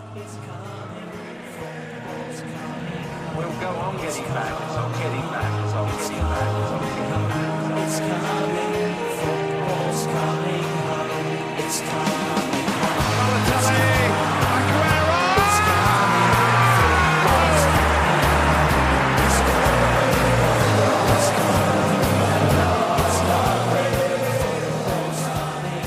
We'll go on getting back, on getting back, on getting back, on getting back. It's coming, football's coming home. It's coming home. Balotelli, Aguero! It's coming, football's coming. It's coming, it's coming, it's coming, football's coming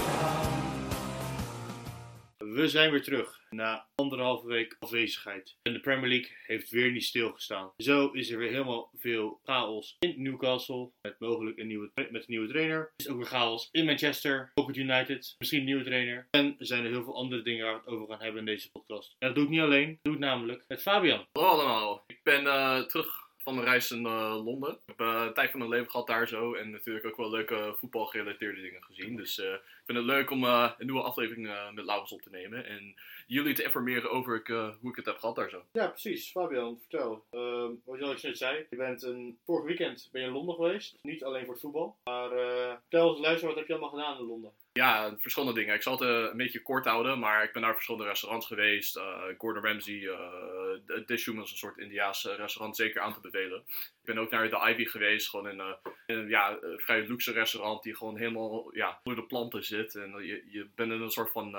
home. We zijn weer terug na 1,5 week afwezigheid. En de Premier League heeft weer niet stilgestaan. Zo is er weer helemaal veel chaos in Newcastle. Met mogelijk een nieuwe trainer. Er is ook weer chaos in Manchester. Ook het United. Misschien een nieuwe trainer. En er zijn er heel veel andere dingen waar we het over gaan hebben in deze podcast. En dat doe ik niet alleen. Dat doe ik namelijk met Fabian. Hallo allemaal. Ik ben terug van mijn reis in Londen. Ik heb een tijd van mijn leven gehad daar zo. En natuurlijk ook wel leuke voetbalgerelateerde dingen gezien. Dus ik vind het leuk om een nieuwe aflevering met Laurens op te nemen. En jullie te informeren over hoe ik het heb gehad daar zo. Ja, precies. Fabian, vertel. Wat je al net zei. Vorig weekend ben je in Londen geweest. Niet alleen voor het voetbal. Maar vertel eens luister, wat heb je allemaal gedaan in Londen? Ja, verschillende dingen. Ik zal het een beetje kort houden, maar ik ben naar verschillende restaurants geweest. Gordon Ramsay, Dishoom is een soort Indiaas restaurant, zeker aan te bevelen. Ik ben ook naar de Ivy geweest, gewoon in een vrij luxe restaurant die gewoon helemaal door de planten zit. En je bent in een soort van,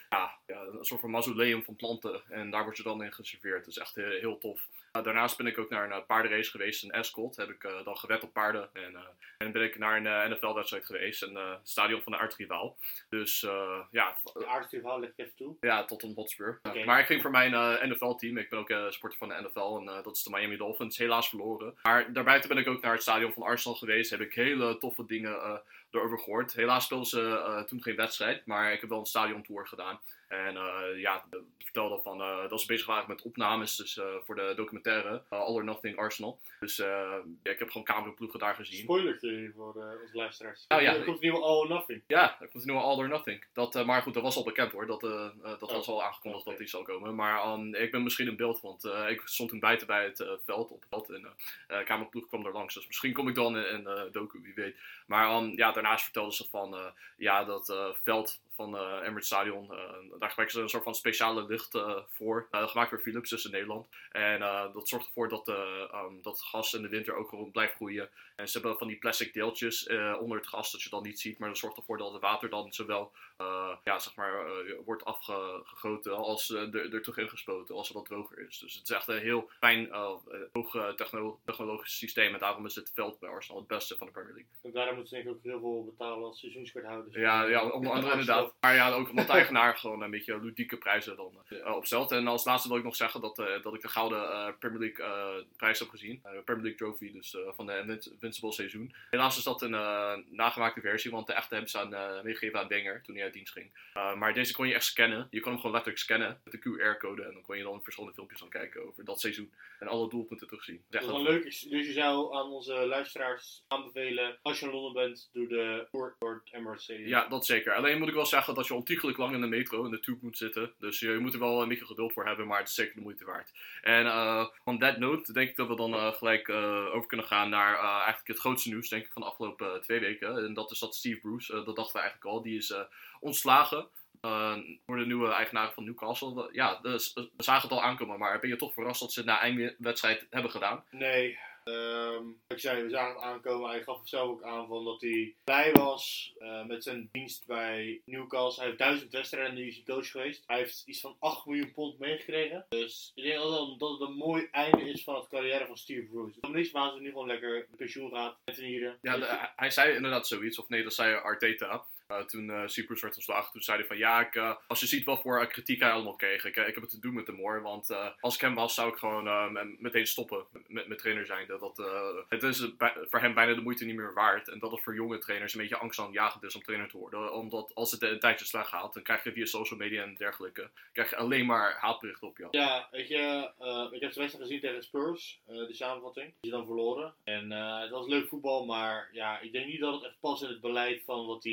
een soort van mausoleum van planten en daar word je dan in geserveerd. Dat is echt heel tof. Daarnaast ben ik ook naar een paardenrace geweest in Ascot. Heb ik dan gewed op paarden. En ben ik naar een NFL-wedstrijd geweest. In het stadion van de aartsrivaal. Dus De aartsrivaal leg ik even toe. ja, Tottenham Hotspur. Okay. Maar ik ging voor mijn NFL-team. Ik ben ook sporter van de NFL. En dat is de Miami Dolphins. Helaas verloren. Maar daarbuiten ben ik ook naar het stadion van Arsenal geweest. Heb ik hele toffe dingen erover gehoord. Helaas speelden ze toen geen wedstrijd. Maar ik heb wel een stadiontour gedaan. En vertelde van dat ze bezig waren met opnames dus, voor de documentaire All or Nothing Arsenal. Dus ik heb gewoon cameraploegen daar gezien. Spoilertje voor onze luisteraars. Oh, ja. Er komt een nieuwe All or Nothing. Ja, er komt een nieuwe All or Nothing. Maar goed, dat was al bekend hoor. Dat was al aangekondigd dat die zal komen. Maar ik ben misschien in beeld, want ik stond toen buiten bij het veld. Op het veld en cameraploeg kwam er langs. Dus misschien kom ik dan in docu, wie weet. Maar daarnaast vertelden ze van dat veld van Emirates Stadion. Daar gebruiken ze een soort van speciale licht voor. Gemaakt door Philips, dus in Nederland. En dat zorgt ervoor dat het gas in de winter ook gewoon blijft groeien. En ze hebben van die plastic deeltjes onder het gas dat je dan niet ziet. Maar dat zorgt ervoor dat het water dan zowel wordt afgegoten als er terug ingespoten als het wat droger is. Dus het is echt een heel fijn hoog technologisch systeem. En daarom is het veld bij Arsenal het beste van de Premier League. En daarom moeten ze denk ik ook heel veel betalen als seizoenskaarthouders. Ja, onder andere inderdaad. Maar ja, ook omdat de eigenaar gewoon een beetje ludieke prijzen dan opstelt. En als laatste wil ik nog zeggen dat ik de gouden Premier League prijs heb gezien. Premier League Trophy, dus van de Invincible seizoen. Helaas is dat een nagemaakte versie, want de echte hebben ze meegegeven aan Wenger toen hij uit dienst ging. Maar deze kon je echt scannen. Je kon hem gewoon letterlijk scannen met de QR-code. En dan kon je dan verschillende filmpjes aan kijken over dat seizoen. En alle doelpunten terugzien. Dat is wel leuk. Dus je zou aan onze luisteraars aanbevelen, als je in Londen bent, doe de tour door het Emirates Stadium. Ja, dat zeker. Alleen moet ik wel zeggen dat je ontiegelijk lang in de metro, in de tube moet zitten. Dus je moet er wel een beetje geduld voor hebben, maar het is zeker de moeite waard. En on that note denk ik dat we dan gelijk over kunnen gaan naar eigenlijk het grootste nieuws, denk ik, van de afgelopen 2 weken. En dat is dat Steve Bruce, dat dachten we eigenlijk al, die is ontslagen. Voor de nieuwe eigenaren van Newcastle. Ja, dus, we zagen het al aankomen, maar ben je toch verrast dat ze het na één wedstrijd hebben gedaan? Nee. Ik zei, we zagen het aankomen. Hij gaf zelf ook aan van dat hij blij was met zijn dienst bij Newcastle. Hij heeft 1000 wedstrijden en nu is hij coach geweest. Hij heeft iets van 8 miljoen pond meegekregen. Dus ik denk dat het een mooi einde is van het carrière van Steve Bruce. Om niks maakt hij nu gewoon lekker pensioen gaat met een hier. Ja, hij zei inderdaad zoiets. Of nee, dat zei Arteta. Toen Steve Bruce werd ontslagen, toen zei hij van als je ziet wat voor kritiek hij allemaal kreeg. Ik heb het te doen met hem hoor. Want als ik hem was, zou ik gewoon meteen stoppen met trainer zijn. Het is voor hem bijna de moeite niet meer waard. En dat het voor jonge trainers een beetje angstaanjagend is om trainer te worden. Omdat als het een tijdje slecht gaat, dan krijg je via social media en dergelijke krijg je alleen maar haatberichten op jou. Ja, weet je, ik heb de wedstrijd gezien tegen Spurs, de samenvatting. Die is dan verloren. En het was leuk voetbal, maar ja, ik denk niet dat het echt past in het beleid van wat hij zou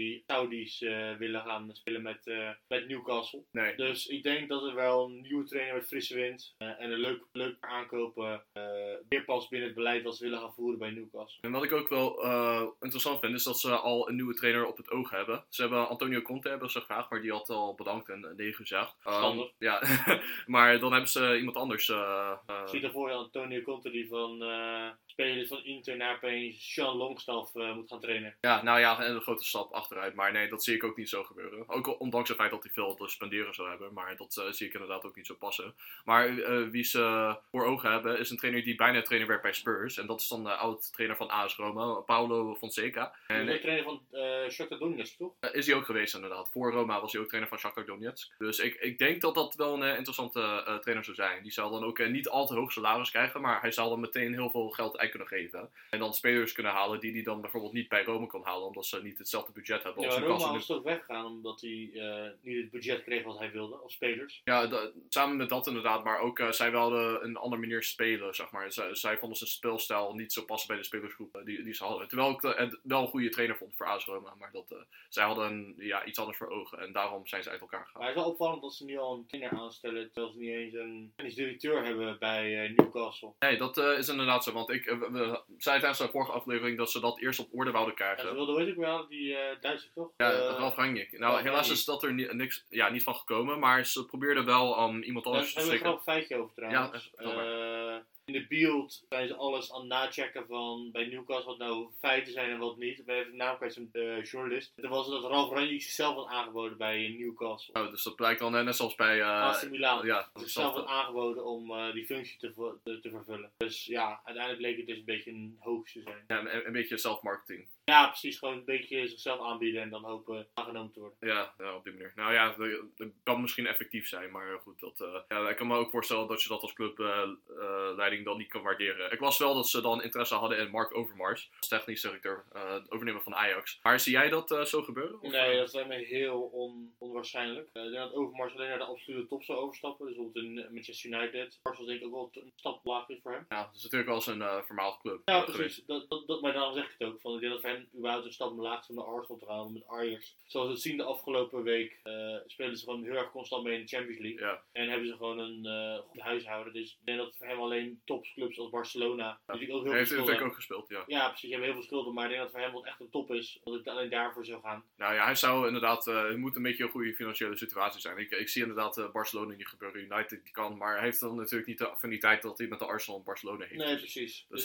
Saudis willen gaan spelen met Newcastle. Nee. Dus ik denk dat er wel een nieuwe trainer met frisse wind en een leuke aankopen weer past binnen het beleid wat ze willen gaan voeren bij Newcastle. En wat ik ook wel interessant vind, is dat ze al een nieuwe trainer op het oog hebben. Ze hebben Antonio Conte hebben ze gevraagd, maar die had al bedankt en nee gezegd. Schande. Ja, maar dan hebben ze iemand anders. Zie je ervoor Antonio Conte die van spelers van Inter naar opeens Sean Longstaff moet gaan trainen. Ja, nou ja, en een grote stap achteruit. Maar nee, dat zie ik ook niet zo gebeuren. Ook ondanks het feit dat hij veel te spenderen zou hebben. Maar dat zie ik inderdaad ook niet zo passen. Maar wie ze voor ogen hebben, is een trainer die bijna trainer werd bij Spurs. En dat is dan de oud-trainer van AS Roma, Paulo Fonseca. En de trainer van Shakhtar Donetsk, toch? Is hij ook geweest inderdaad. Voor Roma was hij ook trainer van Shakhtar Donetsk. Dus ik denk dat dat wel een interessante trainer zou zijn. Die zal dan ook niet al te hoog salaris krijgen, maar hij zal dan meteen heel veel geld uit kunnen geven. En dan spelers kunnen halen die hij dan bijvoorbeeld niet bij Roma kan halen, omdat ze niet hetzelfde budget hebben als Roma was ook weggegaan omdat hij niet het budget kreeg wat hij wilde als spelers. Ja, samen met dat inderdaad, maar ook zij wilden een andere manier spelen, zeg maar. Zij vonden zijn speelstijl niet zo passen bij de spelersgroep die ze hadden. Terwijl ik het wel een goede trainer vond voor AS Roma, maar zij hadden iets anders voor ogen en daarom zijn ze uit elkaar gegaan. Maar het is wel opvallend dat ze nu al een trainer aanstellen, terwijl ze niet eens een directeur hebben bij Newcastle. Nee, dat is inderdaad zo, want we zeiden tijdens de vorige aflevering dat ze dat eerst op orde wouden krijgen. Ja, ze wilden, weet ik wel, die Duitser toch? Ja, Ralf Rangnick. Nou, helaas is dat er niet van gekomen, maar ze probeerden wel iemand anders te strikken. Daar hebben we een grappig feitje over trouwens. Ja, in de beeld zijn ze alles aan het nachecken van bij Newcastle wat nou feiten zijn en wat niet. Ik ben even de naam kwijt van de journalist. Toen was het dat Ralf Rangnick zichzelf had aangeboden bij Newcastle. Oh, dus dat blijkt dan net zoals bij AC Milan. Ja, zichzelf had aangeboden om die functie te vervullen. Dus ja, uiteindelijk bleek het dus een beetje een hoax te zijn. Ja, een beetje zelfmarketing. Ja, precies. Gewoon een beetje zichzelf aanbieden en dan hopen aangenomen te worden. Ja, op die manier. Nou ja, dat kan misschien effectief zijn, maar goed, ik kan me ook voorstellen dat je dat als clubleiding dan niet kan waarderen. Ik las wel dat ze dan interesse hadden in Mark Overmars, als technisch directeur, overnemen van Ajax. Maar zie jij dat zo gebeuren? Of? Nee, dat lijkt me heel onwaarschijnlijk. Ik denk dat Overmars alleen naar de absolute top zou overstappen. Dus bijvoorbeeld in Manchester United. Arsenal denk ik ook wel een stap laag is voor hem. Ja, dat is natuurlijk wel eens een vermaald club. Ja, precies. Maar daarom zeg ik het ook. Ik denk dat voor hem überhaupt een stap laag is om naar Arsenal te gaan met Ajax. Zoals we het zien de afgelopen week spelen ze gewoon heel erg constant mee in de Champions League. Ja. En hebben ze gewoon een goed huishouden. Dus ik denk dat voor hem alleen topclubs als Barcelona. Ja. Die ook heel Hij veel heeft ook gespeeld, ja. Ja, precies. Die hebben heel veel schulden. Maar ik denk dat voor hem wat echt een top is. Dat het alleen daarvoor zou gaan. Nou ja, hij zou inderdaad... het moet een beetje een goede financiële situatie zijn. Ik zie inderdaad Barcelona niet gebeuren. United die kan. Maar hij heeft dan natuurlijk niet de affiniteit dat hij met de Arsenal en Barcelona heeft. Nee, precies. Dus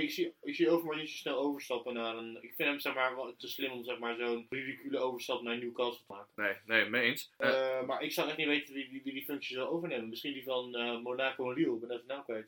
ik zie Overmars niet zo snel overstappen naar een... Ik vind hem zeg maar wel te slim om zeg maar zo'n ridicule overstap naar Newcastle te maken. Nee, mee eens. Maar ik zou echt niet weten wie die functie zal overnemen. Misschien die van Monaco en Lille. Ik ben net de naam kwijt.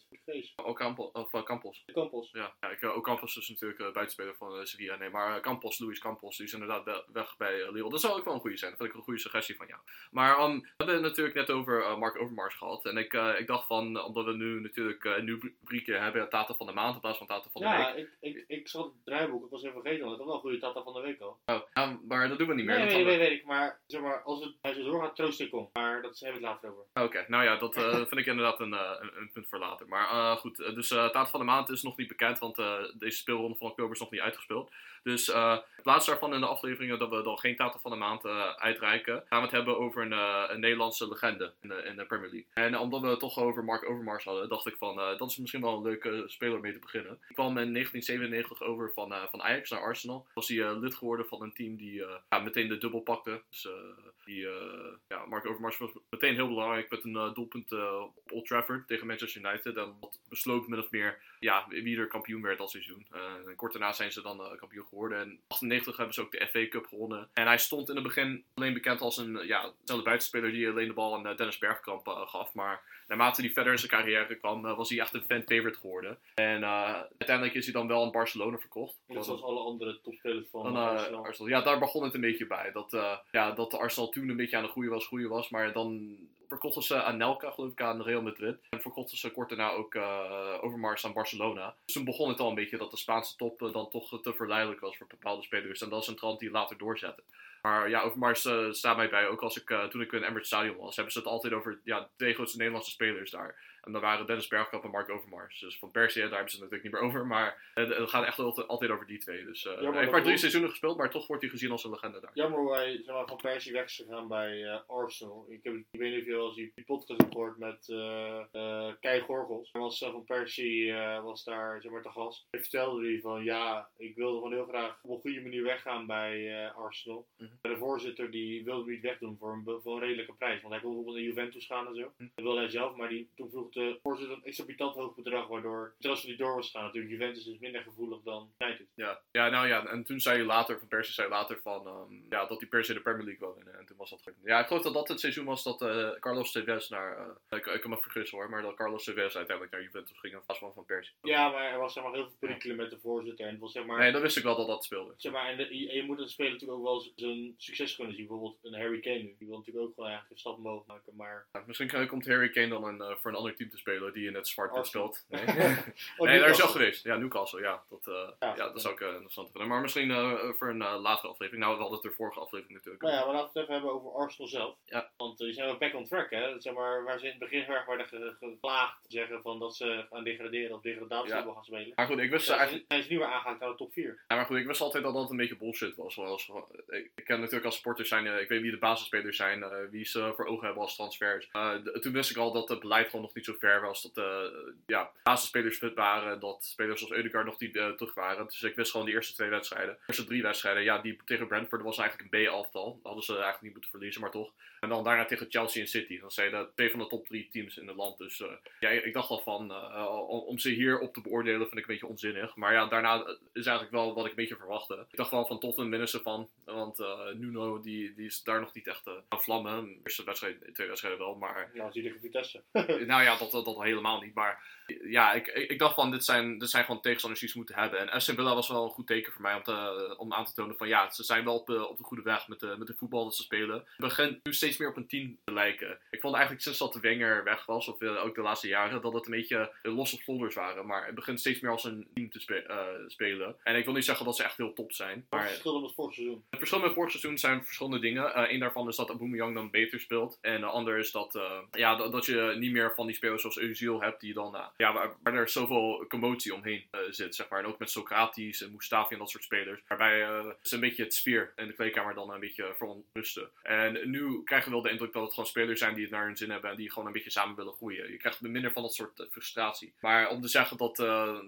Campos. Campos. Ja, Campos is natuurlijk buitenspeler van Sevilla. Nee, maar Luis Campos, die is inderdaad weg bij Lille. Dat zou ook wel een goede zijn. Dat vind ik een goede suggestie van jou. Maar we hebben het natuurlijk net over Mark Overmars gehad. En ik dacht van, omdat we nu natuurlijk een nieuw rubriekje hebben, Tata van de Maand in plaats van Tata van de Week. Ja, ik zat het draaiboek. Ik was even vergeten, want ik had wel een goede Tata van de Week al. Oh, ja, maar dat doen we niet meer. Nee, weet ik. Maar zeg maar, als het zo doorgaat, troost ik om. Maar dat hebben we het later over. Oké, nou ja, dat vind ik inderdaad een punt voor later. Maar goed, dus Tata van de Maand is nog niet bekend, want deze speelronde van oktober is nog niet uitgespeeld. Dus in plaats daarvan in de afleveringen dat we dan geen Tata van de Maand uitreiken, gaan we het hebben over een Nederlandse legende in de Premier League. En omdat we het toch over Mark Overmars hadden, dacht ik van, dat is misschien wel een leuke speler mee te beginnen. Ik kwam in 1997 over van Ajax naar Arsenal. Was hij lid geworden van een team die meteen de dubbel pakte. Dus Mark Overmars was meteen heel belangrijk met een doelpunt op Old Trafford tegen Manchester United. En dat besloot min of meer wie er kampioen werd dat seizoen. En kort daarna zijn ze dan kampioen geworden. En in 1998 hebben ze ook de FA Cup gewonnen. En hij stond in het begin alleen bekend als dezelfde buitenspeler die alleen de bal aan Dennis Bergkamp gaf. Maar naarmate hij verder in zijn carrière kwam, was hij echt een fan-favorite geworden. En uiteindelijk is hij dan wel aan Barcelona verkocht. Net zoals alle andere topspelers van Arsenal. Ja, daar begon het een beetje bij. Dat Arsenal toen een beetje aan de groeien was. Maar dan verkochten ze Anelka, geloof ik, aan Real Madrid. En verkochten ze kort daarna ook Overmars aan Barcelona. Dus toen begon het al een beetje dat de Spaanse top dan toch te verleidelijk was voor bepaalde spelers. En dat is een trend die later doorzette. Maar ja, Overmars staat mij bij. Ook als toen ik in Emirates Stadion was, hebben ze het altijd over 2 grootste Nederlandse spelers daar. En dat waren Dennis Bergkamp en Mark Overmars. Dus Van Persie, daar hebben ze het natuurlijk niet meer over. Maar het gaat echt altijd over die twee. Dus hij heeft maar 3 seizoenen gespeeld, maar toch wordt hij gezien als een legende daar. Jammer hoe hij Van Persie weg is gegaan bij Arsenal. Ik weet niet of je al die podcast hebt gehoord met Kei Gorgels. Van Persie was daar te gast. Hij vertelde hij van ik wilde gewoon heel graag op een goede manier weggaan bij Arsenal. Maar de voorzitter die wilde hem niet wegdoen voor een redelijke prijs. Want hij kon bijvoorbeeld naar Juventus gaan en zo. Dat wilde hij zelf, maar toen vroeg de voorzitter een exorbitant hoog bedrag, waardoor de transfer niet door was gegaan. Natuurlijk, Juventus is minder gevoelig dan United. En toen zei Van Persie zei later van, dat hij per se de Premier League wil winnen. En toen was dat goed. Ja, ik geloof dat dat het seizoen was dat Carlos Tevez naar, ik kan me vergissen hoor, maar dat Carlos Tevez uiteindelijk naar Juventus ging in plaats van Persie. Ja, maar er was heel veel perikelen met de voorzitter. En het was, nee, dat wist ik wel dat speelde. En je moet een speler natuurlijk ook wel zijn succes kunnen zien. Bijvoorbeeld een Harry Kane nu. Die wil natuurlijk ook gewoon eigenlijk een stap mogen maken. Maar... Ja, misschien komt Harry Kane dan voor een ander team te spelen die in het zwart speelt. Nee, nee, daar is al geweest. Ja, Newcastle. Ja, dat zou ik interessant vinden. Maar misschien voor een latere aflevering. Nou, we hadden het er vorige aflevering natuurlijk. Nou ja, maar laten we het even hebben over Arsenal zelf. Ja. Want die zijn wel back on track, hè. Waar ze in het begin erg werden geklaagd. Zeggen van dat ze gaan degraderen of degradatievoetbal gaan spelen. Maar goed, ik wist eigenlijk... Zijn ze nu weer aangehaakt naar de top 4. Ja, maar goed, ik wist altijd dat dat een beetje bullshit was. Ik ken natuurlijk als sporters zijn, ik weet wie de basisspelers zijn, wie ze voor ogen hebben als transfers. Toen wist ik al dat het beleid gewoon nog niet zo ver was. Dat basisspelers fit waren, dat spelers als Ødegaard nog niet terug waren. Dus ik wist gewoon die eerste 2 wedstrijden. De eerste 3 wedstrijden, die tegen Brentford was eigenlijk een B-elftal. Hadden ze eigenlijk niet moeten verliezen, maar toch. En dan daarna tegen Chelsea en City. Dan zijn dat 2 van de top 3 teams in het land. Dus ik dacht al van, om ze hier op te beoordelen vind ik een beetje onzinnig. Maar ja, daarna is eigenlijk wel wat ik een beetje verwachtte. Ik dacht wel van Tottenham winnen ze van. Want Nuno die is daar nog niet echt aan vlammen. De eerste wedstrijd, 2 wedstrijden wel, maar... Ja, zie je tegen Vitesse. Nou ja, dat helemaal niet. Maar ja, ik dacht van, dit zijn gewoon tegenstanders die ze moeten hebben. En Aston Villa was wel een goed teken voor mij om aan te tonen van ze zijn wel op de goede weg met de voetbal dat ze spelen. Het begint nu steeds meer op een team te lijken. Ik vond eigenlijk sinds dat de Wenger weg was, of ook de laatste jaren, dat het een beetje losse vlodders waren. Maar het begint steeds meer als een team te spelen. En ik wil niet zeggen dat ze echt heel top zijn. Maar het verschil met het vorig seizoen? Het verschil met het vorig seizoen zijn verschillende dingen. Eén daarvan is dat Aubameyang dan beter speelt. En de ander is dat je niet meer van die spelers zoals Özil hebt die dan... waar er zoveel commotie omheen zit, zeg maar. En ook met Socrates en Mustafi en dat soort spelers. Waarbij ze een beetje het sfeer in de kleedkamer dan een beetje verontrusten. En nu krijgen we wel de indruk dat het gewoon spelers zijn die het naar hun zin hebben en die gewoon een beetje samen willen groeien. Je krijgt minder van dat soort frustratie. Maar om te zeggen dat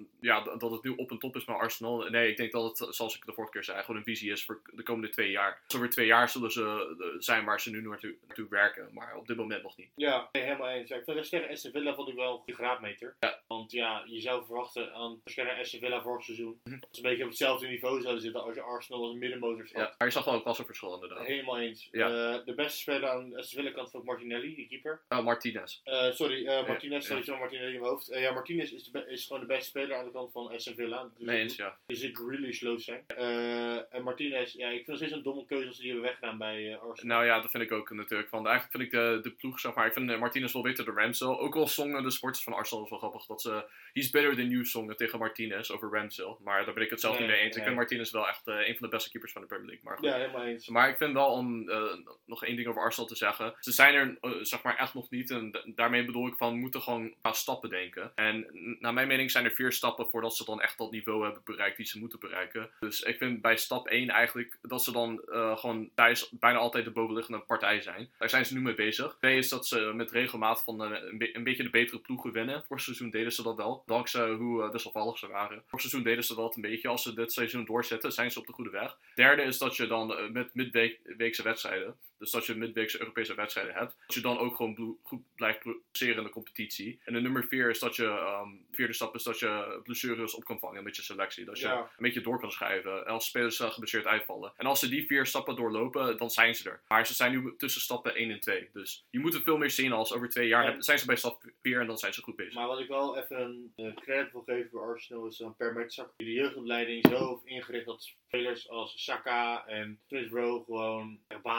het nu op en top is met Arsenal, nee, ik denk dat het, zoals ik de vorige keer zei, gewoon een visie is voor de komende 2 jaar. Dus over 2 jaar zullen ze zijn waar ze nu naartoe werken, maar op dit moment nog niet. Ja, helemaal eens. Ik vind de tegen Aston Villa vond ik wel een goede graadmeter. Ja. Want je zou verwachten als je naar Aston Villa vorig seizoen, dat ze een beetje op hetzelfde niveau zouden zitten als je Arsenal als een middenmotor staat. Ja, maar je zag wel een klassenverschil inderdaad. Helemaal eens. Ja. De beste speler aan Aston Villa kant van Martinelli, de keeper. Martinez. Martinez, sorry, zo'n Martinelli in mijn hoofd. Martinez is gewoon de beste speler aan de kant van Aston Villa. Dus nee eens, ja. Dus ik really slow zijn. En Martinez, ik vind het steeds een domme keuze als die hebben weggedaan bij Arsenal. Nou ja, dat vind ik ook natuurlijk. Want eigenlijk vind ik de ploeg, zeg maar, ik vind Martinez wel beter dan Ramsdale. Ook al zongen de sporters van Arsenal, is wel grappig, dat ze he's better than you zongen tegen Martinez over Ramsdale. Maar daar ben ik het zelf niet mee eens. Ik vind Martinez wel echt een van de beste keepers van de Premier League. Maar goed. Ja, helemaal eens. Maar ik vind wel, om nog 1 ding over Arsenal te zeggen. Ze zijn er, zeg maar, echt nog niet. En daarmee bedoel ik van, we moeten gewoon qua stappen denken. En naar mijn mening zijn er 4 stappen voordat ze dan echt dat niveau hebben bereikt die ze moeten bereiken. Dus ik vind bij stap 1 eigenlijk dat ze dan gewoon thuis bijna altijd de bovenliggende partij zijn. Daar zijn ze nu mee bezig. 2 is dat ze met regelmaat van een beetje de betere ploegen winnen. Vorig seizoen deden ze dat wel. Dankzij hoe wisselvallig ze waren. Vorig seizoen deden ze dat een beetje. Als ze dit seizoen doorzetten, zijn ze op de goede weg. 3 is dat je dan met midweekse wedstrijden, dus dat je midweekse Europese wedstrijden hebt, dat je dan ook gewoon goed blijft presteren in de competitie. En de nummer 4 is dat je, 4e stap is dat je blessures op kan vangen met je selectie. Dat je een beetje door kan schrijven als spelers geblesseerd uitvallen. En als ze die 4 stappen doorlopen, dan zijn ze er. Maar ze zijn nu tussen stappen 1 en 2. Dus je moet het veel meer zien als over 2 jaar zijn ze bij stap 4 en dan zijn ze goed bezig. Maar wat ik wel even een credit wil geven voor Arsenal is dan Per Mertesacker. Die de jeugdopleiding zo heeft ingericht dat spelers als Saka en Smith Rowe gewoon op basis staan.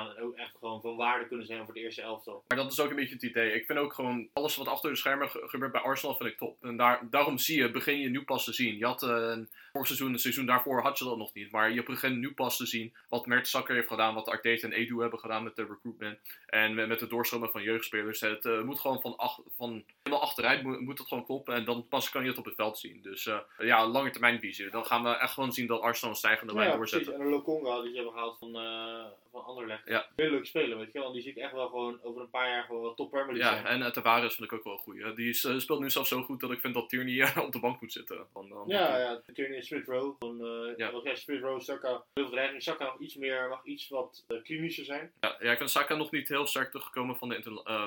staan. En ook echt gewoon van waarde kunnen zijn voor de eerste elftal. Maar dat is ook een beetje het idee. Ik vind ook gewoon alles wat achter de schermen gebeurt bij Arsenal vind ik top. En daarom begin je nu pas te zien. Je had vorig seizoen, het seizoen daarvoor had je dat nog niet. Maar je begint nu pas te zien wat Mertesacker heeft gedaan. Wat Arteta en Edu hebben gedaan met de recruitment. En met het doorstromen van jeugdspelers. Het moet gewoon van helemaal achteruit moet het gewoon kloppen. En dan pas kan je het op het veld zien. Dus lange termijn visie. Dan gaan we echt gewoon zien dat Arsenal een stijgende lijn doorzetten. Precies. En de Lokonga die ze hebben gehaald van Anderlecht. Ja. Heel leuk spelen, weet je wel. En die zie ik echt wel gewoon over een paar jaar gewoon top Premier League zijn. En Tavares vind ik ook wel goed. Die speelt nu zelfs zo goed dat ik vind dat Tierney op de bank moet zitten. Tierney en Smith Rowe. Smith Rowe, Saka. Heel veel dreiging. Saka mag iets wat klinischer zijn. Ja, ik vind Saka nog niet heel sterk teruggekomen van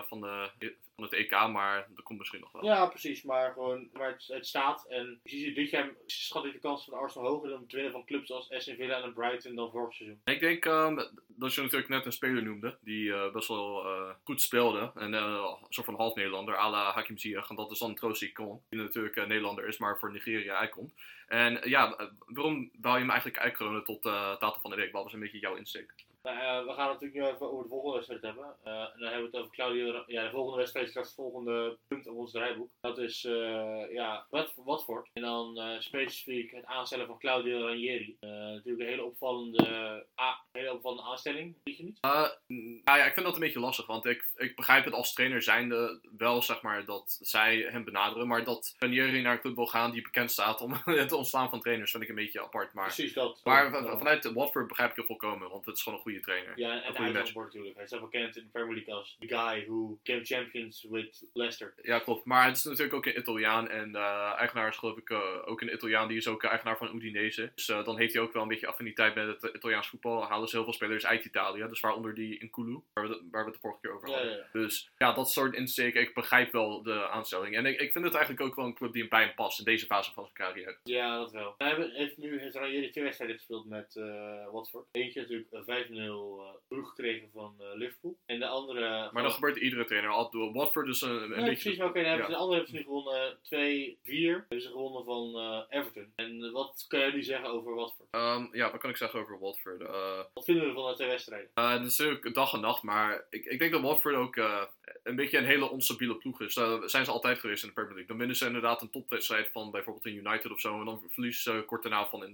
het EK, maar dat komt misschien nog wel. Ja, precies. Maar gewoon het staat. En dit jaar schat ik de kans van Arsenal hoger dan te winnen van clubs als Aston Villa en Brighton dan vorig seizoen. Ik denk dat je natuurlijk net een speler noemde die best wel goed speelde. En een soort van half Nederlander, à la Hakim Ziyech. En dat is dan Troost Ekong, die natuurlijk Nederlander is, maar voor Nigeria uitkomt. En waarom wou je hem eigenlijk uitkronen tot Tata van de Week? Wat was een beetje jouw insteek? We gaan het natuurlijk nu even over de volgende wedstrijd hebben. En dan hebben we het over Claudio. Ja, de volgende wedstrijd is straks het volgende punt op ons draaiboek. Dat is Watford. En dan specifiek het aanstellen van Claudio Ranieri. Natuurlijk een hele opvallende aanstelling, weet je niet? Ik vind dat een beetje lastig. Want ik begrijp het als trainer zijnde wel, zeg maar, dat zij hem benaderen. Maar dat Ranieri naar een club wil gaan die bekend staat om het ontstaan van trainers, vind ik een beetje apart. Maar, precies dat. Maar vanuit Watford begrijp ik het volkomen. Want het is gewoon een goede trainer. Ja, en het uitgangspunt natuurlijk. Hij is wel bekend in de Premier League als the guy who became champions with Leicester. Ja, klopt. Maar het is natuurlijk ook een Italiaan. En eigenaar is geloof ik ook een Italiaan. Die is ook eigenaar van Udinese. Dus dan heeft hij ook wel een beetje affiniteit met het Italiaans voetbal. Halen ze heel veel spelers uit Italië. Dus waaronder die Nkulu, waar we het de vorige keer over hadden. Ja. Dus dat soort insteken. Ik begrijp wel de aanstelling. En ik vind het eigenlijk ook wel een club die bij hem past in deze fase van zijn carrière. Ja, dat wel. Hij heeft Ranieri 2 wedstrijden gespeeld met Watford. Eentje natuurlijk 5-0 broek gekregen van Liverpool. En de andere... Maar dat gebeurt iedere trainer. Watford dus een beetje... Precies, maar de andere hebben ze nu gewonnen 2-4. Hebben ze gewonnen van Everton. En wat kan jij nu zeggen over Watford? Wat kan ik zeggen over Watford? Wat vinden we van de 2 wedstrijden? Het is natuurlijk dag en nacht, maar ik denk dat Watford ook een beetje een hele onstabiele ploeg is. Zijn ze altijd geweest in de Premier League. Dan winnen ze inderdaad een topwedstrijd van bijvoorbeeld een United of zo. En dan verliezen ze kort daarna van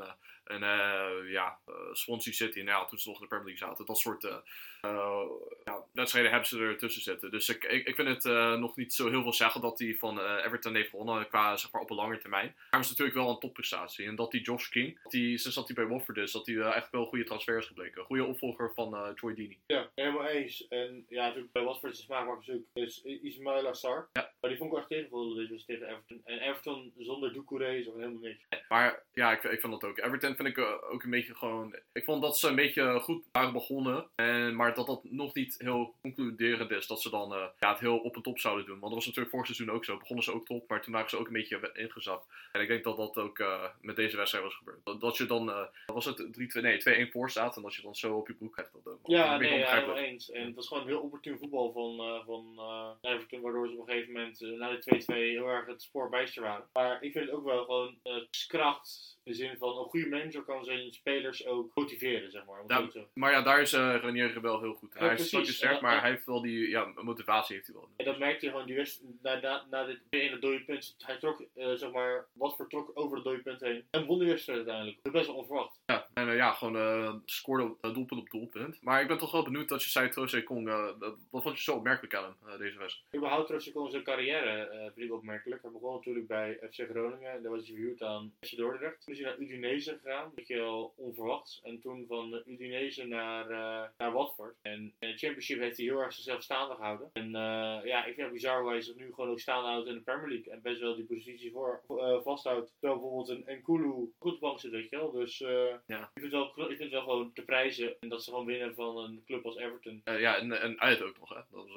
Swansea City. Toen ze nog in de Premier League zaten. Dat soort wedstrijden hebben ze er tussen zitten. Dus ik vind het nog niet zo heel veel zeggen dat hij van Everton heeft gewonnen qua, zeg maar, op een lange termijn. Maar het is natuurlijk wel een topprestatie. En dat die Josh King, sinds dat hij bij Watford is, dat hij eigenlijk wel een goede transfer is gebleken. Een goede opvolger van Troy Deeney. Ja, helemaal eens. En natuurlijk bij Watford is smaakmaker is Ismail Assar. Ja. Maar die vond ik echt tegenvallen dus tegen Everton. En Everton zonder Doucouré is ook helemaal niks. Maar ik vind dat ook. Everton vind ik ook een beetje gewoon... Ik vond dat ze een beetje goed waren begonnen. Maar dat nog niet heel concluderend is. Dat ze dan het heel op en top zouden doen. Want dat was natuurlijk vorig seizoen ook zo. Begonnen ze ook top. Maar toen waren ze ook een beetje ingezakt. En ik denk dat dat ook met deze wedstrijd was gebeurd. Dat je dan... was het 2-1 voor staat. En dat je dan zo op je broek krijgt. Helemaal eens. En het was gewoon heel opportun voetbal van Everton. Waardoor ze op een gegeven moment na de 2-2 heel erg het spoor bijster waren. Maar ik vind het ook wel gewoon kracht. In de zin van een goede manager kan zijn spelers ook motiveren, zeg maar. Maar daar is Ranieri wel heel goed. Hij is sterk, maar hij heeft wel die motivatie heeft hij wel. En dat merkte je gewoon na dit ene dode punt. Hij trok, Watford trok over het dode punt heen. En won die wedstrijd uiteindelijk. Dat is best wel onverwacht. Ja, en gewoon scoorde doelpunt op doelpunt. Maar ik ben toch wel benieuwd dat je zei Troost Ekong. Wat vond je zo opmerkelijk aan hem, deze wedstrijd? Überhaupt Troost Ekong zijn carrière vind ik opmerkelijk. Hij begon natuurlijk bij FC Groningen. En daar was hij verhuurd aan FC Dordrecht. Toen is hij naar Udinese gegaan. Een beetje wel onverwachts. En toen van Udinese naar Watford. En in de Championship heeft hij heel erg zichzelf staande gehouden. En ik vind het bizar hoe hij zich nu gewoon ook staande houdt in de Premier League. En best wel die positie vasthoudt. Terwijl bijvoorbeeld een Nkulu goed bank zit, weet je wel. Dus ik vind het wel gewoon te prijzen. En dat ze gewoon winnen van een club als Everton. En uit ook nog, hè. Dat was ook wel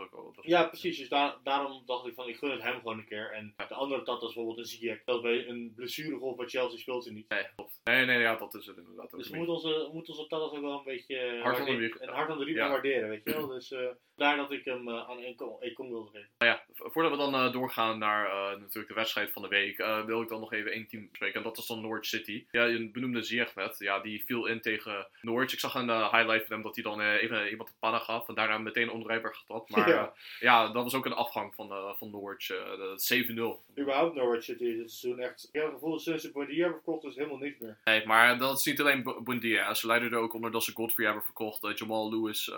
Ja, precies. Dus daarom dacht ik van, ik gun het hem gewoon een keer. En de andere tat is bijvoorbeeld een Ziyech. Dat bij een blessuregolf bij Chelsea speelt hij niet. Nee, klopt. Nee, ja, dat is het inderdaad ook. Dus we moeten onze tatas ook wel een beetje Hard onder de riem. en hard aan de riem Ja. waarderen, weet je wel. Dus daar dat ik hem aan Ekong wilde geven. Nou ja, voordat we dan doorgaan naar natuurlijk de wedstrijd van de week, wil ik dan nog even één team bespreken. En dat is dan Norwich City. Ja, je benoemde Ziyech net. Ja, die viel in tegen Norwich. Ik zag een highlight van hem dat hij dan even iemand de pannen gaf. En daarna meteen onderuit werd getrapt. Maar ja, dat was ook een afgang van Norwich. 7-0. Überhaupt Norwich City dit seizoen echt. Ik heb het gevoel dat sinds ze Buendia hebben verkocht is helemaal niks meer. Nee, maar dat is niet alleen Buendia. Ze leiden er ook onder dat ze Godfrey hebben verkocht. Jamal Lewis,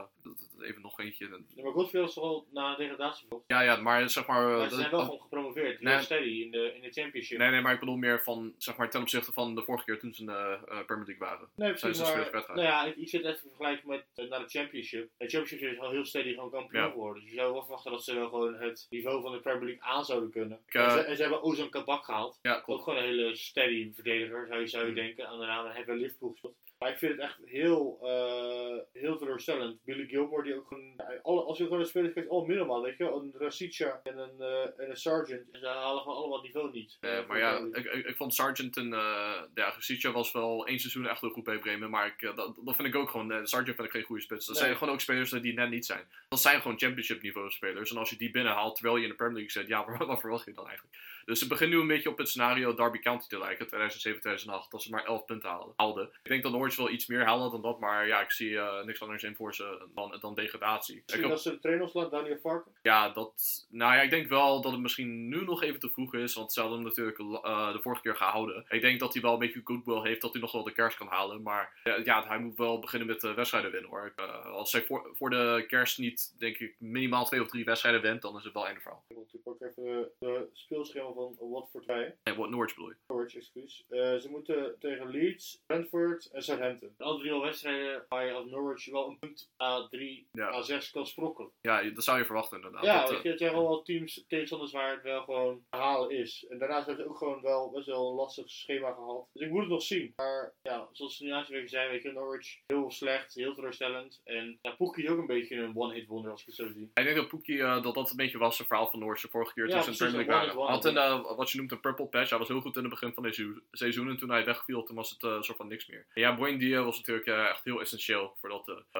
even nog eentje. Ja, maar Godfrey was toch al na een degradatie verkocht? Ja, maar zeg maar... Maar ze zijn wel gewoon gepromoveerd. Die Nee. steady in de championship. Nee, maar ik bedoel meer van, zeg maar, ten opzichte van de vorige keer toen ze in de Premier League waren. Nee, precies, Zijn ze maar spelers nou ja, ik zit even vergelijken met naar de Championship. De Championship is al heel steady gewoon kampioen Ja. geworden. Dus je zou wel verwachten dat ze wel gewoon het niveau van de Premier League aan zouden kunnen. Ik, En ze hebben Ozan Kabak gehaald. Ja, Ook klopt. gewoon een hele steady verdediger, zou je denken. Aan de naam hebben we Liverpool gespeeld. Maar ik vind het echt heel teleurstellend. Billy Gilmore, die ook gewoon... Als je gewoon een speler kijkt, al minimaal, weet je wel. Een Rasica en een Sargent. En ze halen gewoon allemaal het niveau niet. Maar ja, ik vond Sargent en Gusica was wel één seizoen echt heel goed bij Bremen. Maar dat vind ik ook gewoon. Sargent vind ik geen goede spits. Dat zijn gewoon ook spelers die net niet zijn. Dat zijn gewoon championship niveau spelers. En als je die binnenhaalt terwijl je in de Premier League zit, ja, wat verwacht je dan eigenlijk? Dus ze beginnen nu een beetje op het scenario Derby County te lijken. 2007, 2008, dat ze maar 11 punten haalden. Ik denk dat Norwich wel iets meer halen dan dat. Maar ja, ik zie niks anders in voor ze dan degradatie. Misschien dat ze de trainer laat, Daniel Farken? Ja, nou ja, ik denk wel dat het misschien nu nog even te vroeg is. Want ze hadden hem natuurlijk de vorige keer gehouden. Ik denk dat hij wel een beetje goodwill heeft. Dat hij nog wel de kerst kan halen. Maar ja, hij moet wel beginnen met wedstrijden winnen hoor. Als hij voor de kerst niet, denk ik, minimaal 2 of 3 wedstrijden wint, dan is het wel einde verhaal. Ik wil natuurlijk ook even de speelschema van Watford bij. Nee, wat Norwich bedoel je? Norwich, excuus. Ze moeten tegen Leeds, Brentford en Southampton. Alle 3 wedstrijden waar je als Norwich wel een punt A3, A6 kan sprokkelen. Ja, dat zou je verwachten inderdaad. Ja, weet je, het zijn gewoon wel teams, tegenstanders waar het wel gewoon te halen is. En daarnaast hebben ze ook gewoon wel best wel een lastig schema gehad. Dus ik moet het nog zien. Maar ja, zoals de laatste weken zijn, weet je, Norwich heel slecht, heel teleurstellend. En ja, Pukki is ook een beetje een one-hit wonder als ik het zo zie. Ik denk dat Pukki dat een beetje was het verhaal van Norwich de vorige keer Ja, toen ze in de Premier precies, League waren. Hij had wat je noemt een purple patch. Hij was heel goed in het begin van deze seizoen. En toen hij wegviel, toen was het een soort van niks meer. En ja, Buendia was natuurlijk echt heel essentieel voor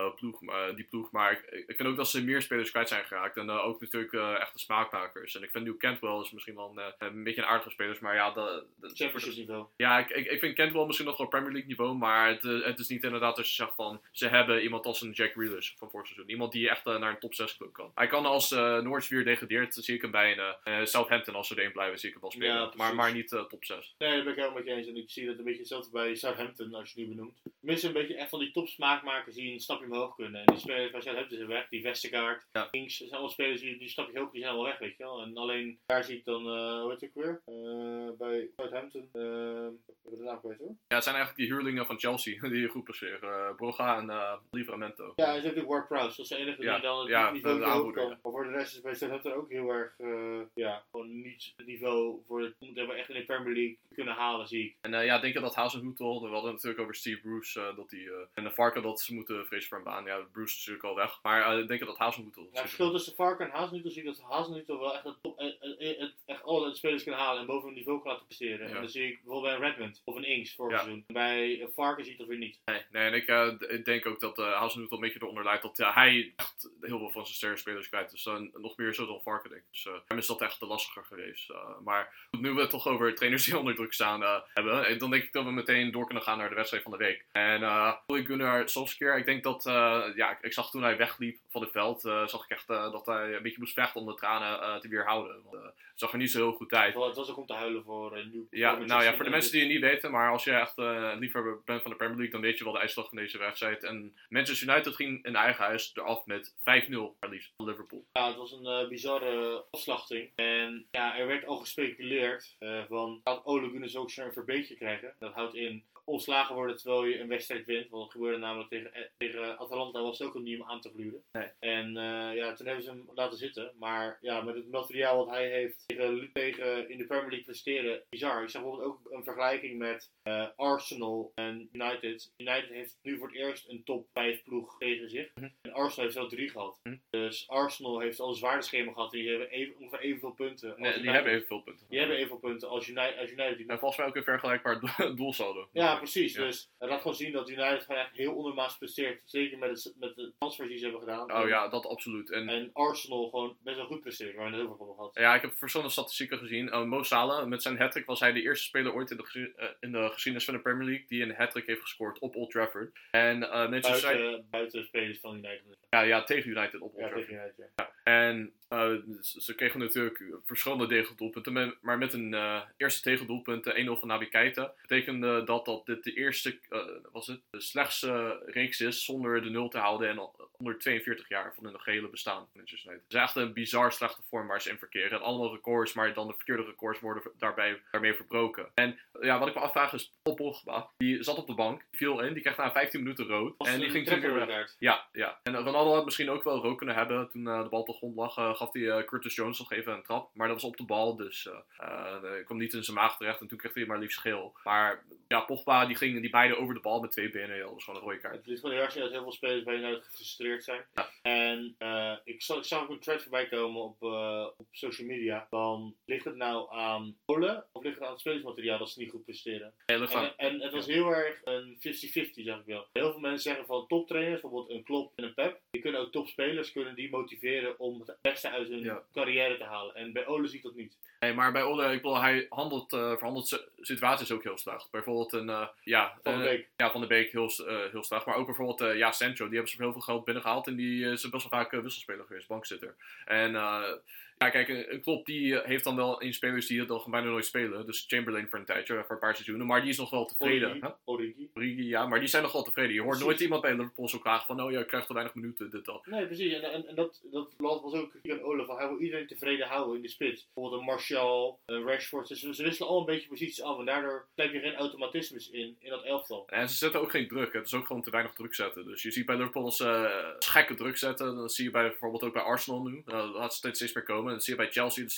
die ploeg. Maar ik vind ook dat ze meer spelers kwijt zijn geraakt. En ook natuurlijk echte smaakmakers. En ik vind nu Cantwell is misschien wel een beetje een aardige speler. Maar ja, Championship niveau. Ja, ik vind Cantwell misschien nog wel Premier League niveau. Maar het is niet inderdaad als je zegt van... Ze hebben iemand als een Jack Grealish van vorig seizoen. Iemand die echt naar een top 6 club kan. Hij kan als Norwich weer degradeert, zie ik hem bij een Southampton als ze erin blijven, zie ik hem wel spelen. Ja, maar niet top 6. Nee, daar ben ik helemaal met je eens. En ik zie dat een beetje hetzelfde bij Southampton, als je die benoemt. Mensen een beetje echt van die topsmaakmakers die een stapje omhoog kunnen. En die spelers bij Southampton zijn weg. Die Vestergaard, Kings, dat zijn allemaal spelers die een stapje hoog, die zijn allemaal weg, weet je wel. En alleen daar zie ik dan, hoe heet het ook weer? Bij Southampton, ik heb de naam kwijt hoor. Ja, het zijn eigenlijk die huurlingen van Chelsea die goed presteren. Broga en Livramento. Ja, en ze hebben ook Ward-Prowse. Dat is de enige die dan het niveau die hoog kan. Maar voor de rest is bij Southampton ook heel erg, gewoon niet het niveau voor het moeten we echt in de Premier League kunnen halen, zie ik. En denk je dat Hasenhüttl, we hadden het natuurlijk over Steve Bruce, dat die en de Varken dat ze moeten vrezen voor een baan. Ja, Bruce is natuurlijk al weg. Maar denk je dat Hasenhüttl... Ja, het verschil tussen Varken en Hasenhüttl zie ik dat Hasenhüttl wel echt echt alle spelers kunnen halen en boven een niveau kan laten presteren. Ja. En dan zie ik bijvoorbeeld bij een Redmond of een Ings vorig seizoen. Bij Varken zie ik dat weer niet. Nee, en ik denk ook dat Hasenhüttl een beetje eronder leidt dat hij echt heel veel van zijn sterke spelers kwijt. Dus nog meer zo dan Varken, denk ik. Dus hem is dat echt te lastiger geweest. Maar nu we het toch over trainers die onder druk staan hebben, dan denk ik dat we meteen door kunnen gaan naar de wedstrijd van de week. En Gunnar Solskjaer, ik denk dat, ik zag toen hij wegliep van het veld, zag ik echt dat hij een beetje moest vechten om de tranen te weerhouden. Want het zag er niet zo heel goed uit. Het was ook om te huilen voor Newcastle. Ja, voor de mensen die het niet weten, maar als je echt liefhebber bent van de Premier League, dan weet je wel de uitslag van deze wedstrijd. En Manchester United ging in eigen huis eraf met 5-0 maar liefst van Liverpool. Ja, het was een bizarre afslachting. En ja, er werd al gespeculeerd van, gaat Ole Gunnar Solskjaer een verbeetje krijgen? Dat houdt in, ontslagen worden terwijl je een wedstrijd wint. Want dat gebeurde namelijk tegen Atalanta was het ook om aan te gluren. Nee. En toen hebben ze hem laten zitten. Maar ja, met het materiaal wat hij heeft tegen in de Premier League presteren, bizar. Ik zag bijvoorbeeld ook een vergelijking met Arsenal en United. United heeft nu voor het eerst een top 5 ploeg tegen zich. En Arsenal heeft wel 3 gehad. Dus Arsenal heeft al een zwaarder schema gehad. Die hebben ongeveer evenveel punten. Nee, die hebben evenveel punten. Die hebben evenveel punten als United. En volgens mij ook een vergelijkbaar doelsaldo. Ja, precies. Ja. Dus het laat gewoon zien dat United gewoon echt heel ondermaats presteert. Zeker met de transfers die ze hebben gedaan. Oh ja, dat absoluut. En Arsenal gewoon best wel goed presteert. Waar we het heel veel van gehad. Ja, ik heb verschillende statistieken gezien. Mo Salah, met zijn hat-trick was hij de eerste speler ooit in de geschiedenis van de Premier League die een hat-trick heeft gescoord op Old Trafford. En buiten spelers van United. Ja, tegen United op Old Trafford. Tegen United, ja. En ze kregen natuurlijk verschillende tegendoelpunten, maar met een eerste tegendoelpunt 1-0 van Naby Keita betekende dat dit de eerste, de slechtste reeks is zonder de 0 te houden en onder 42 jaar van hun gehele bestaan. Het is echt een bizar slechte vorm waar ze in verkeren. En allemaal records, maar dan de verkeerde records worden daarmee verbroken. En ja, wat ik me afvraag is, Paul Pogba, die zat op de bank, viel in, die kreeg na 15 minuten rood. En die ging toen weer weg. Ja. En Ronaldo had misschien ook wel rood kunnen hebben. Toen de bal op de grond lag, gaf hij Curtis Jones nog even een trap. Maar dat was op de bal, dus kwam niet in zijn maag terecht. En toen kreeg hij maar liefst geel. Maar ja, Pogba, die beide over de bal met 2 benen. Ja, dat was gewoon een rode kaart. Het is gewoon heel erg dat heel veel spelers bij United gefrustreerd zijn. Ja. En ik zag ook een thread voorbij komen op social media. Dan ligt het nou aan Ole of ligt het aan het spelersmateriaal dat ze niet goed presteren? En het was heel erg een 50-50, zeg ik wel. Heel veel mensen zeggen van toptrainers, bijvoorbeeld een Klopp en een Pep, die kunnen ook topspelers die motiveren om het beste uit hun carrière te halen. En bij Ole zie ik dat niet. Nee, maar bij Ole, ik bedoel, hij verhandelt situaties ook heel slecht. Bijvoorbeeld Van de Beek heel slecht. Maar ook bijvoorbeeld Sancho, die hebben ze voor heel veel geld binnengehaald. En die is best wel vaak wisselspeler geweest, bankzitter. En ja, kijk, een Klopp die heeft dan wel een spelers die het dan bijna nooit spelen. Dus Chamberlain voor een tijdje, voor een paar seizoenen. Maar die is nog wel tevreden. Origi, ja, maar die zijn nog wel tevreden. Je hoort nooit iemand bij Liverpool zo klagen van, je krijgt te weinig minuten, dit, dat. Nee, precies. En dat was ook kritiek aan Ole. Van, hij wil iedereen tevreden houden in de spits. Bijvoorbeeld een Martial, een Rashford. Dus ze wisselen al een beetje posities af. En daardoor krijg je geen automatismes in dat elftal. En ze zetten ook geen druk. Het is ook gewoon te weinig druk zetten. Dus je ziet bij Liverpool als gekke druk zetten. Dat zie je bijvoorbeeld ook bij Arsenal nu. Dat laat steeds meer komen. En dat zie je bij Chelsea, dat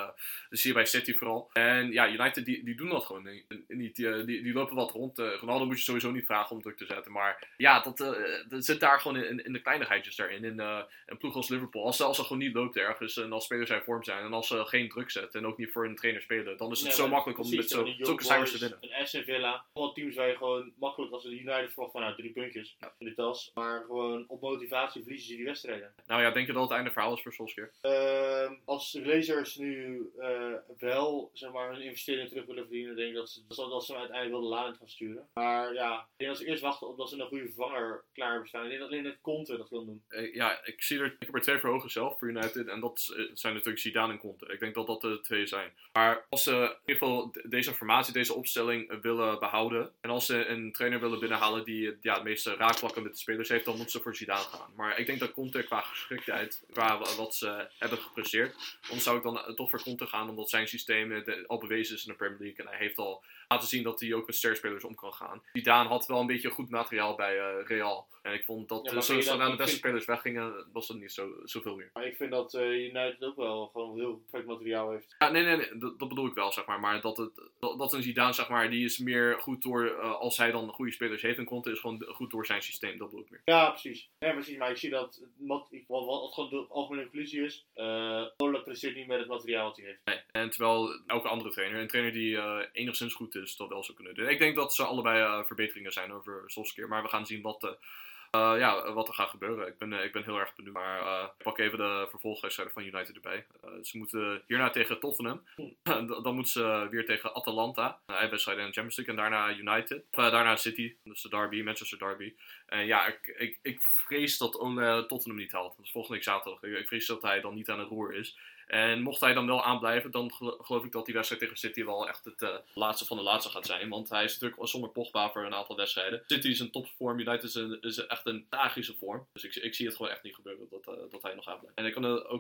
zie je bij City vooral. En ja, United die doen dat gewoon niet. Die lopen wat rond. Ronaldo moet je sowieso niet vragen om druk te zetten. Maar ja, dat zit daar gewoon in de kleinigheidjes daarin. In een ploeg als Liverpool. Als ze gewoon niet loopt ergens en als spelers in vorm zijn. En als ze geen druk zetten en ook niet voor een trainer spelen. Dan is het zo makkelijk om met zulke cijfers te winnen. Een Aston Villa. Allemaal teams waar je gewoon makkelijk als de United verwacht van 3 puntjes in de tas. Maar gewoon op motivatie verliezen ze die wedstrijden. Nou ja, denk je dat het einde verhaal is voor Solskjaer? Als de Glazers nu wel zeg maar hun investeringen terug willen verdienen, denk ik dat ze uiteindelijk wel de laan in gaan sturen. Maar ja, ik denk dat ze eerst wachten op dat ze een goede vervanger klaar hebben staan. Ik denk dat alleen net Conte dat wil doen. Ja, ik heb er 2 verhogen zelf voor United en dat zijn natuurlijk Zidane en Conte. Ik denk dat dat de 2 zijn. Maar als ze in ieder geval deze formatie, deze opstelling willen behouden en als ze een trainer willen binnenhalen die het meeste raakvlakken met de spelers heeft, dan moeten ze voor Zidane gaan. Maar ik denk dat Conte qua geschiktheid, qua wat ze hebben gepresteerd, anders zou ik dan toch voor Conte gaan, omdat zijn systeem al bewezen is in de Premier League. En hij heeft al laten zien dat hij ook met sterspelers om kan gaan. Zidane had wel een beetje goed materiaal bij Real. En ik vond dat zodra de beste spelers weggingen, was dat niet zoveel meer. Maar ik vind dat United ook wel gewoon heel perfect materiaal heeft. Ja, nee, dat bedoel ik wel, zeg maar. Maar dat een Zidane, zeg maar, die is meer goed door, als hij dan goede spelers heeft. En Conte is gewoon goed door zijn systeem, dat bedoel ik meer. Ja, precies. Ja, precies. Maar ik zie dat, wat gewoon de algemene conclusie is, Ole presteert niet met het materiaal wat hij heeft. Nee, en terwijl elke andere trainer, een trainer die enigszins goed is, dat wel zou kunnen doen. Ik denk dat ze allebei verbeteringen zijn over Solskjaer. Maar we gaan zien wat er gaat gebeuren. Ik ben heel erg benieuwd. Maar ik pak even de vervolgwedstrijden van United erbij. Ze moeten hierna tegen Tottenham. Dan moeten ze weer tegen Atalanta. Wedstrijden in de Champions League. En daarna United. Daarna City. Dus de derby, Manchester derby. En ja, ik vrees dat Ole Tottenham niet haalt. Dat is volgende week zaterdag. Ik vrees dat hij dan niet aan het roer is. En mocht hij dan wel aanblijven, dan geloof ik dat die wedstrijd tegen City wel echt het laatste van de laatste gaat zijn. Want hij is natuurlijk zonder Pogba voor een aantal wedstrijden. City is een topvorm, United is echt een tragische vorm. Dus ik zie het gewoon echt niet gebeuren dat hij nog aanblijft. En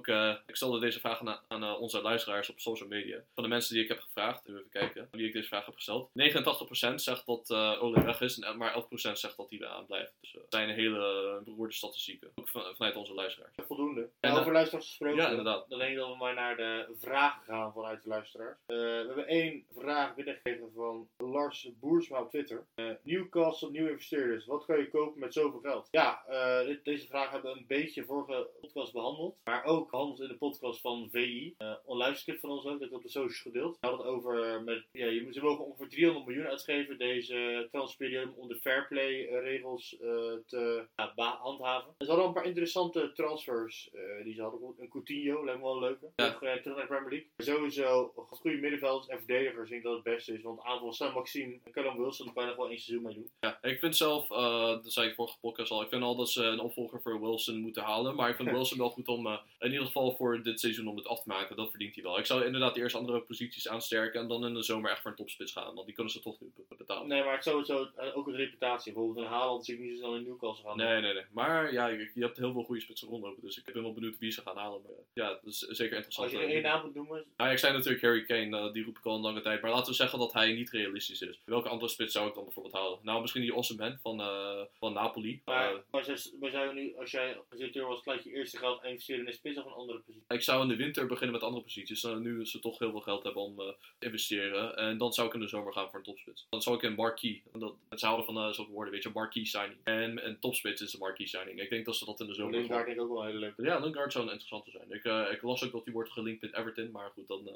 ik stelde deze vraag aan onze luisteraars op social media. Van de mensen die ik heb gevraagd, even kijken, wie ik deze vraag heb gesteld. 89% zegt dat Ole weg is en maar 11% zegt dat hij aanblijft. Dus dat zijn hele beroerde statistieken. Ook vanuit onze luisteraars. Voldoende. En Over luisteraars gesproken. Ja, inderdaad. Dan denk ik dat we maar naar de vragen gaan vanuit de luisteraars. We hebben 1 vraag binnengekregen van Lars Boersma op Twitter. Newcastle, nieuwe investeerders. Wat kan je kopen met zoveel geld? Ja, deze vraag hebben we een beetje vorige podcast behandeld. Maar ook behandeld in de podcast van VI. Onluisterskip van ons ook, dat ik op de socials gedeeld. We hadden het over, ze mogen ongeveer 300 miljoen uitgeven deze transferperiode om de fairplay regels te handhaven. Ze hadden een paar interessante transfers die ze hadden. Een Coutinho, lijkt me wel leuk. Ja. Terug naar de Premier League. Sowieso goede middenvelders en verdedigers denk ik dat het beste is. Want het aantal Sam Maxime en Callum Wilson kan je nog wel 1 seizoen mee doen. Ja, ik vind zelf, dat zei ik vorige podcast al, ik vind al dat ze een opvolger voor Wilson moeten halen. Maar ik vind Wilson wel goed om, in ieder geval voor dit seizoen, om het af te maken. Dat verdient hij wel. Ik zou inderdaad eerst andere posities aansterken en dan in de zomer echt voor een topspits gaan. Want die kunnen ze toch nu betalen. Nee, maar het sowieso ook een reputatie. Bijvoorbeeld een Haaland zie ik niet zo snel in Newcastle gaan. Nee. Maar ja, je hebt heel veel goede spitsen rondlopen. Dus ik ben wel benieuwd wie ze gaan halen. Maar, ja, dat is zeker interessant. Als je er 1 naam moet noemen. Nou, ik zei natuurlijk Harry Kane, die roep ik al een lange tijd. Maar laten we zeggen dat hij niet realistisch is. Welke andere spits zou ik dan bijvoorbeeld halen? Nou, misschien die Osimhen van Napoli. Maar zou je nu, als jij directeur was, gelijk je eerste geld investeren in een spits of een andere positie? Ik zou in de winter beginnen met andere posities. Nu ze toch heel veel geld hebben om te investeren. En dan zou ik in de zomer gaan voor een topspits. Dan zou ik een marquee. Ze houden van zulke woorden, weet je, marquee signing. En een topspits is een marquee signing. Ik denk dat ze dat in de zomer Lingard denk ik ook wel een hele leuke. Ja, Lingard zou een interessante zijn. Ik las ook dat die wordt gelinkt met Everton. Maar goed, dan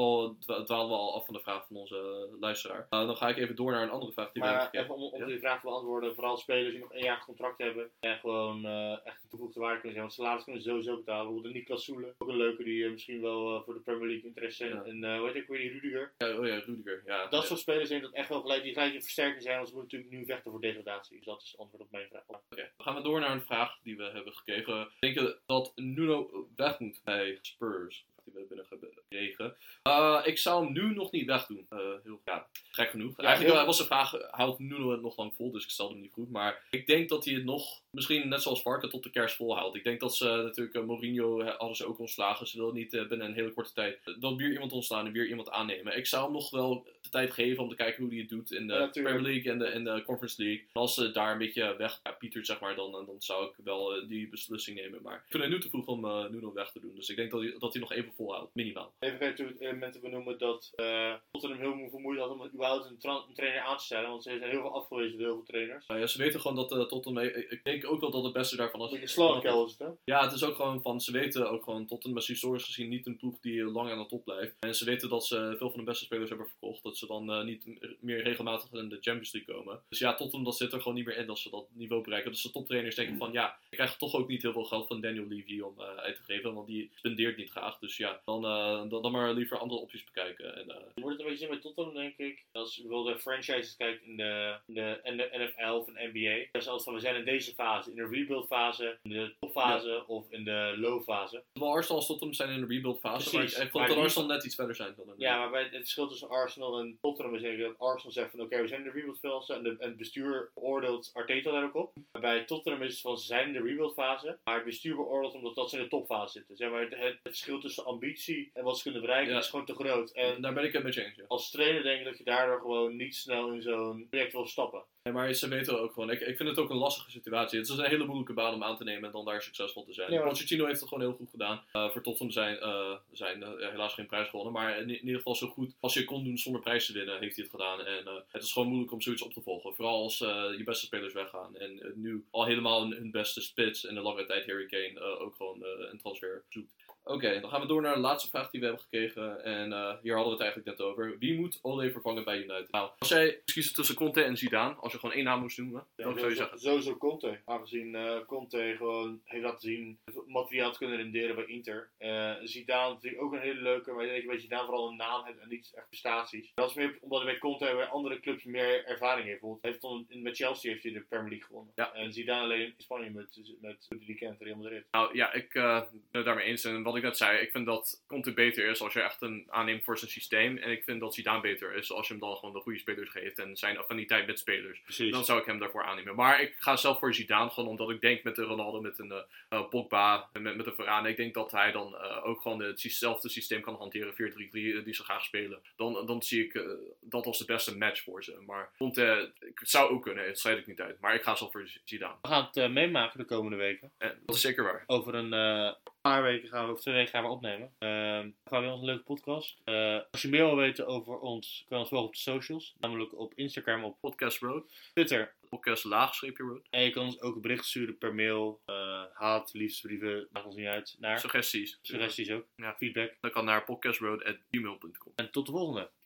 dwalen we al af van de vraag van onze luisteraar. Dan ga ik even door naar een andere vraag die we hebben gekregen. Even om die vraag te beantwoorden. Vooral spelers die nog 1 jaar contract hebben. En gewoon echt een toegevoegde waarde kunnen zijn. Want salaris kunnen ze sowieso betalen. Bijvoorbeeld Niklas Soele. Ook een leuke die misschien wel voor de Premier League interesse zijn. Ja. En weet ik weer die Rudiger. Ja, Rudiger. Ja, dat soort spelers denk ik dat echt wel gelijk een versterking zijn. Want ze moeten natuurlijk nu vechten voor degradatie. Dus dat is het antwoord op mijn vraag. Oké. Dan gaan we door naar een vraag die we hebben gekregen. Denk je dat Nuno weg moet bij Spurs? Die we binnen gekregen. Ik zou hem nu nog niet wegdoen. Gek genoeg. Ja, Eigenlijk was de vraag, houdt Nuno het nog lang vol? Dus ik stelde hem niet goed. Maar ik denk dat hij het nog, misschien net zoals Varken, tot de kerst volhoudt. Ik denk dat ze natuurlijk, Mourinho hadden ze ook ontslagen. Ze wilden niet binnen een hele korte tijd dan weer iemand ontslaan en weer iemand aannemen. Ik zou hem nog wel de tijd geven om te kijken hoe hij het doet in de Premier League en de Conference League. En als ze daar een beetje wegpietert, zeg maar, dan zou ik wel die beslissing nemen. Maar ik vind het nu te vroeg om Nuno weg te doen. Dus ik denk dat hij nog even volhoudt, minimaal. Even natuurlijk het element te benoemen dat Tottenham heel veel moeite had om überhaupt een trainer aan te stellen. Want ze zijn heel veel afgewezen door heel veel trainers. Ja, ze weten gewoon dat Tottenham, ik denk ook wel dat het beste daarvan is. Een slaapkel is het, hè? Ja, het is ook gewoon van, ze weten ook gewoon, Tottenham is historisch gezien niet een ploeg die lang aan de top blijft. En ze weten dat ze veel van de beste spelers hebben verkocht. Dat ze dan niet meer regelmatig in de Champions League komen. Dus ja, Tottenham, dat zit er gewoon niet meer in dat ze dat niveau bereiken. Dus de toptrainers denken van, ja, ik krijg toch ook niet heel veel geld van Daniel Levy om uit te geven. Want die spendeert niet graag. Dus ja, dan maar liever andere opties bekijken. En, je wordt het een beetje met Tottenham, denk ik. Als je bijvoorbeeld de franchises kijkt in de NFL of de NBA. Dat is altijd van, we zijn in deze fase. In de rebuild fase, in de topfase of in de low fase. Terwijl Arsenal en Tottenham zijn in de rebuild fase. Precies, maar ik vond dat Arsenal net iets verder zijn. Ja, maar bij het verschil tussen Arsenal en Tottenham is eigenlijk dat Arsenal zegt van oké, we zijn in de rebuild fase. En het bestuur oordeelt Arteta daar ook op. Maar bij Tottenham is het van, ze zijn in de rebuild fase. Maar het bestuur beoordeelt omdat ze in de topfase zitten. Zeg maar, het verschil tussen ambitie en wat ze kunnen bereiken is gewoon te groot. En daar ben ik het met je eens. Ja. Als trainer denk ik dat je daardoor gewoon niet snel in zo'n project wil stappen. Ja, maar ze weten ook gewoon, ik vind het ook een lastige situatie. Het is een hele moeilijke baan om aan te nemen en dan daar succesvol te zijn. Ja, Pochettino heeft het gewoon heel goed gedaan. Voor Tottenham zijn helaas geen prijs gewonnen. Maar in ieder geval zo goed als je kon doen zonder prijs te winnen, heeft hij het gedaan. En het is gewoon moeilijk om zoiets op te volgen. Vooral als je beste spelers weggaan. En nu al helemaal hun beste spits en de lange tijd Harry Kane ook gewoon een transfer zoekt. Oké, dan gaan we door naar de laatste vraag die we hebben gekregen. En hier hadden we het eigenlijk net over. Wie moet Ole vervangen bij United? Nou, als jij kiest tussen Conte en Zidane, als je gewoon 1 naam moest noemen, welke zou je zeggen? Sowieso Conte. Aangezien Conte gewoon heeft laten zien materiaal te kunnen renderen bij Inter. Zidane natuurlijk ook een hele leuke, maar ik denk dat je bij Zidane vooral een naam hebt en niet echt prestaties. Dat is meer omdat hij bij Conte bij andere clubs meer ervaring heeft. Bijvoorbeeld met Chelsea heeft hij de Premier League gewonnen. Ja. En Zidane alleen in Spanje met die kent, Real Madrid. Nou ja, ik ben het daarmee eens. En wat ik net zei, ik vind dat Conte beter is als je echt een aanneemt voor zijn systeem. En ik vind dat Zidane beter is als je hem dan gewoon de goede spelers geeft en zijn affiniteit met spelers. Precies. Dan zou ik hem daarvoor aannemen. Maar ik ga zelf voor Zidane, gewoon omdat ik denk met de Ronaldo, met een Pogba, met een Varane. Ik denk dat hij dan ook gewoon hetzelfde systeem kan hanteren, 4-3-3, die ze graag spelen. Dan zie ik dat als de beste match voor ze. Maar Conte, het zou ook kunnen, dat sluit ik niet uit. Maar ik ga zelf voor Zidane. We gaan het meemaken de komende weken. Dat is zeker waar. Over een paar weken of 2 weken gaan we opnemen. Gaan we weer een leuke podcast. Als je meer wil weten over ons, kan je ons volgen op de socials. Namelijk op Instagram, op Podcast Road. Twitter. Podcast _road. En je kan ons ook een bericht sturen per mail. Haat, liefdesbrieven, maakt ons niet uit. Naar Suggesties. suggesties ook. Ja. Feedback. Dat kan naar podcastroad@gmail.com. En tot de volgende.